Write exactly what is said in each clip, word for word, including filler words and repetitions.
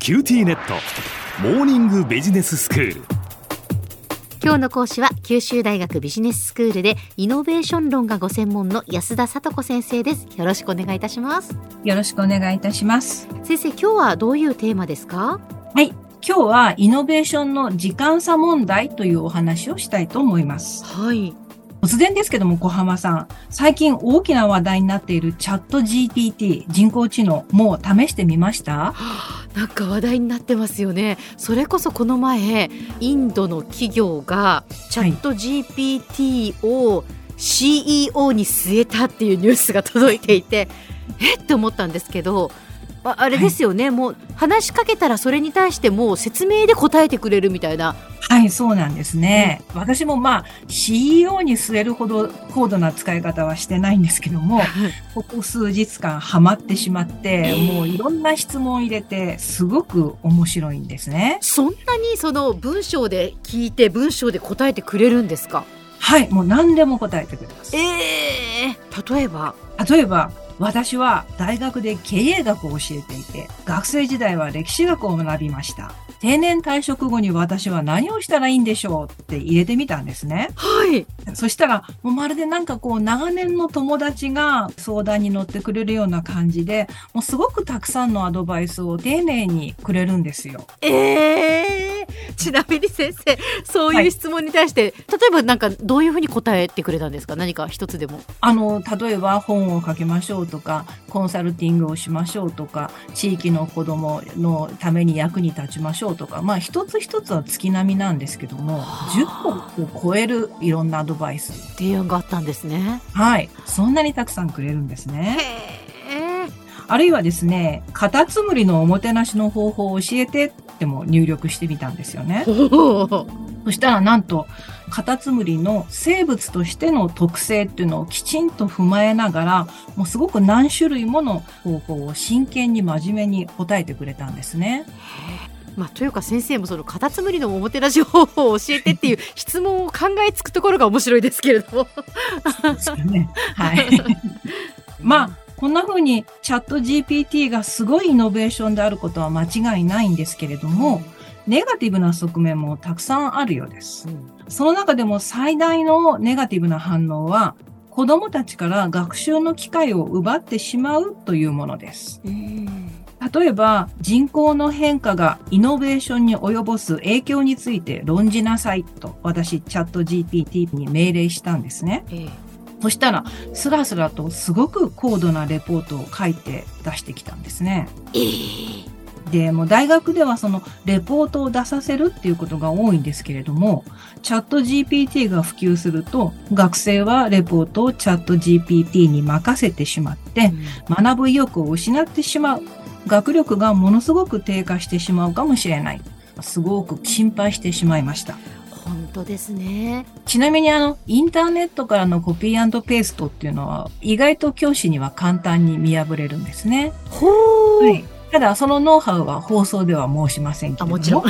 キューティーネットモーニングビジネススクール。 今日の講師は九州大学ビジネススクールでイノベーション論がご専門の安田聡子先生です。よろしくお願いいたします。 よろしくお願いいたします。 先生、今日はどういうテーマですか？ はい、今日はイノベーションの時間差問題というお話をしたいと思います。 はい。 突然ですけども、小浜さん、最近大きな話題になっているチャット ジーピーティー 人工知能、もう試してみました？ はあ、なんか話題になってますよね。それこそこの前インドの企業がチャット ジーピーティー を シーイーオー に据えたっていうニュースが届いていてえって思ったんですけど、あれですよね、はい、もう話しかけたらそれに対してもう説明で答えてくれるみたいな。 はい、そうなんですね。うん、私もまあ シーイーオー に据えるほど高度な使い方はしてないんですけども、ここ数日間ハマってしまって、もういろんな質問を入れてすごく面白いんですね。 そんなにその文章で聞いて文章で答えてくれるんですか？ はい、もう何でも答えてくれます。 えー、例えば例えば私は大学で経営学を教えていて、学生時代は歴史学を学びました。定年退職後に私は何をしたらいいんでしょうって入れてみたんですね。 はい。 そしたら、もうまるでなんかこう長年の友達が相談に乗ってくれるような感じで、もうすごくたくさんのアドバイスを丁寧にくれるんですよ。 えー、ちなみに先生、そういう質問に対して、はい、例えばなんかどういうふうに答えてくれたんですか？何か一つでも。 あの、例えば本を書きましょうとか、コンサルティングをしましょうとか、地域の子どものために役に立ちましょうとか、まあ一つ一つは月並みなんですけども、じゅっこを超えるいろんなアドバイス、 提案があったんですね。 はい、そんなにたくさんくれるんですね。 へー。 あるいはですね、カタツムリのおもてなしの方法を教えてっても入力してみたんですよね。そしたらなんとカタツムリの生物としての特性っていうのをきちんと踏まえながら、もうすごく何種類もの方法を真剣に真面目に答えてくれたんですね。 まあ、というか先生もそのカタツムリのおもてなし方法を教えてっていう質問を考えつくところが面白いですけれども。 そうですよね。はい。まあこんな風にチャット ジーピーティー がすごいイノベーションであることは間違いないんですけれども、ネガティブな側面もたくさんあるようです。うん、その中でも最大のネガティブな反応は、子どもたちから学習の機会を奪ってしまうというものです。うん、例えば、人口の変化がイノベーションに及ぼす影響について論じなさいと、私、チャット ジーピーティー に命令したんですね。ええ、そしたら、スラスラとすごく高度なレポートを書いて出してきたんですね。えー、で、もう大学ではそのレポートを出させるっていうことが多いんですけれども、チャット ジーピーティー が普及すると、学生はレポートをチャット ジーピーティー に任せてしまって、うん、学ぶ意欲を失ってしまう。学力がものすごく低下してしまうかもしれない。すごく心配してしまいました。 本当ですね。 ちなみにあの、インターネットからのコピー&ペーストっていうのは、意外と教師には簡単に見破れるんですね。 ほー。 はい。ただ、そのノウハウは放送では申しませんけれども。 あ、もちろん。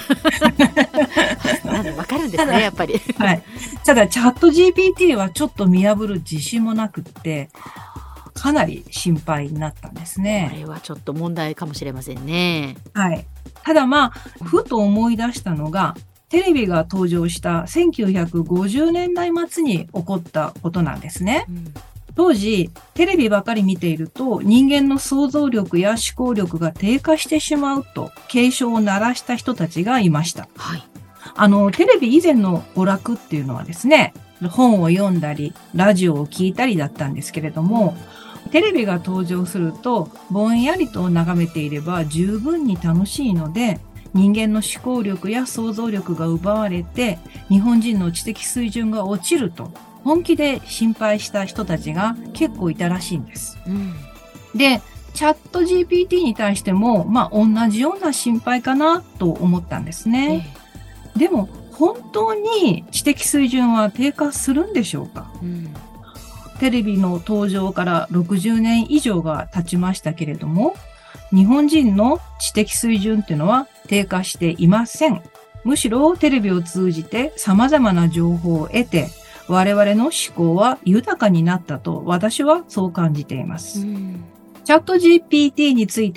わかるんですね、やっぱり。 はい。ただ、チャット ジーピーティー はちょっと見破る自信もなくって、かなり心配になったんですね。 これはちょっと問題かもしれませんね。 はい。ただまあ、ふと思い出したのが、テレビが登場したせんきゅうひゃくごじゅうねんだい末に起こったことなんですね。うん、当時、テレビばかり見ていると人間の想像力や思考力が低下してしまうと警鐘を鳴らした人たちがいました。はい、あの、テレビ以前の娯楽っていうのはですね、本を読んだり、ラジオを聞いたりだったんですけれども、テレビが登場するとぼんやりと眺めていれば十分に楽しいので、人間の思考力や想像力が奪われて、日本人の知的水準が落ちると、本気で心配した人たちが結構いたらしいんです。うん、で、チャット ジーピーティー に対しても、まあ同じような心配かなと思ったんですね。えー、でも、本当に知的水準は低下するんでしょうか？うん、テレビの登場からろくじゅうねん以上が経ちましたけれども、日本人の知的水準っていうのは低下していません。むしろテレビを通じて様々な情報を得て、我々の思考は豊かになったと私はそう感じています。うん、チャット ジーピーティー についても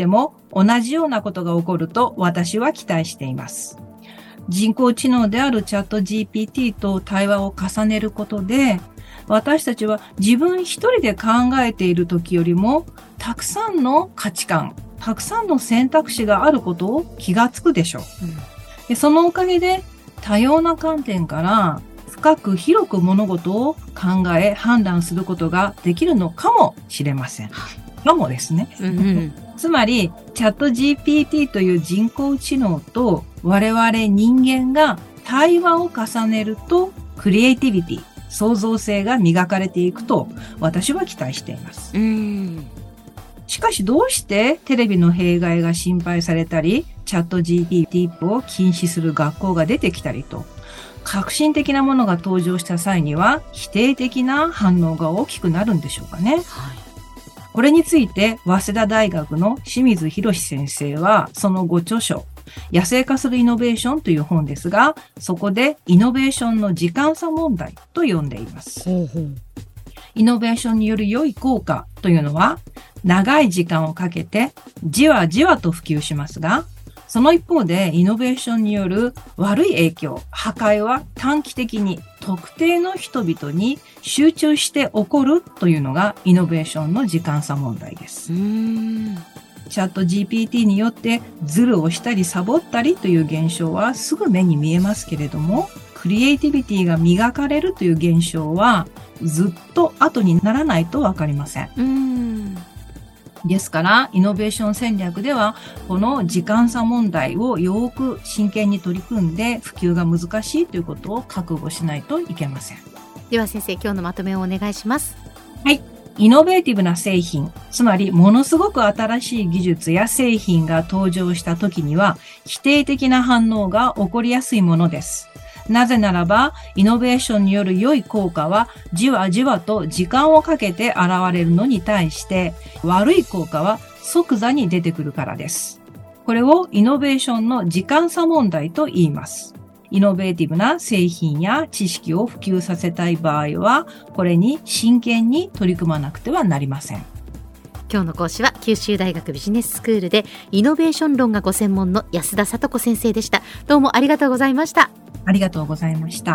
同じようなことが起こると私は期待しています。人工知能であるチャット ジーピーティー と対話を重ねることで、私たちは自分一人で考えている時よりも、たくさんの価値観、たくさんの選択肢があることを気がつくでしょう。うん、でそのおかげで、多様な観点から深く広く物事を考え、判断することができるのかもしれません。かもですね。うんうん、つまり、チャット ジーピーティー という人工知能と我々人間が対話を重ねると、クリエイティビティ、創造性が磨かれていくと私は期待しています。うんしかしどうしてテレビの弊害が心配されたり、チャット ジーピーティー を禁止する学校が出てきたりと、革新的なものが登場した際には否定的な反応が大きくなるんでしょうかね。はい、これについて早稲田大学の清水博先生はそのご著書、野生化するイノベーションという本ですが、そこでイノベーションの時間差問題と呼んでいます。ほうほうイノベーションによる良い効果というのは、長い時間をかけてじわじわと普及しますが、その一方でイノベーションによる悪い影響、破壊は短期的に特定の人々に集中して起こるというのがイノベーションの時間差問題です。うーんチャット ジーピーティー によってズルをしたりサボったりという現象はすぐ目に見えますけれども、クリエイティビティが磨かれるという現象はずっと後にならないとわかりません。うーんですから、イノベーション戦略では、この時間差問題をよく真剣に取り組んで、普及が難しいということを覚悟しないといけません。 では先生、今日のまとめをお願いします。 はい。イノベーティブな製品、つまりものすごく新しい技術や製品が登場した時には、否定的な反応が起こりやすいものです。なぜならば、イノベーションによる良い効果はじわじわと時間をかけて現れるのに対して、悪い効果は即座に出てくるからです。これをイノベーションの時間差問題と言います。イノベーティブな製品や知識を普及させたい場合は、これに真剣に取り組まなくてはなりません。 今日の講師は九州大学ビジネススクールでイノベーション論がご専門の安田聡子先生でした。どうもありがとうございました。 ありがとうございました。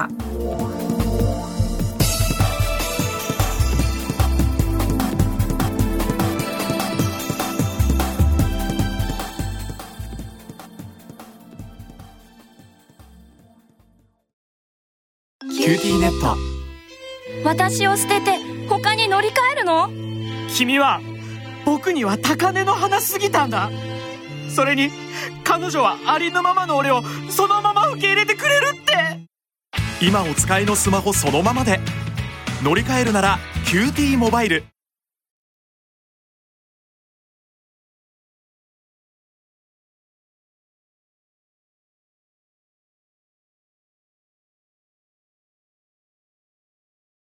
キューティーネット。 私を捨てて他に乗り換えるの？ 君は僕には高嶺の花すぎたんだ。それに彼女はありのままの俺をそのまま受け入れてくれるって。 今お使いのスマホそのままで乗り換えるなら キューティー モバイル。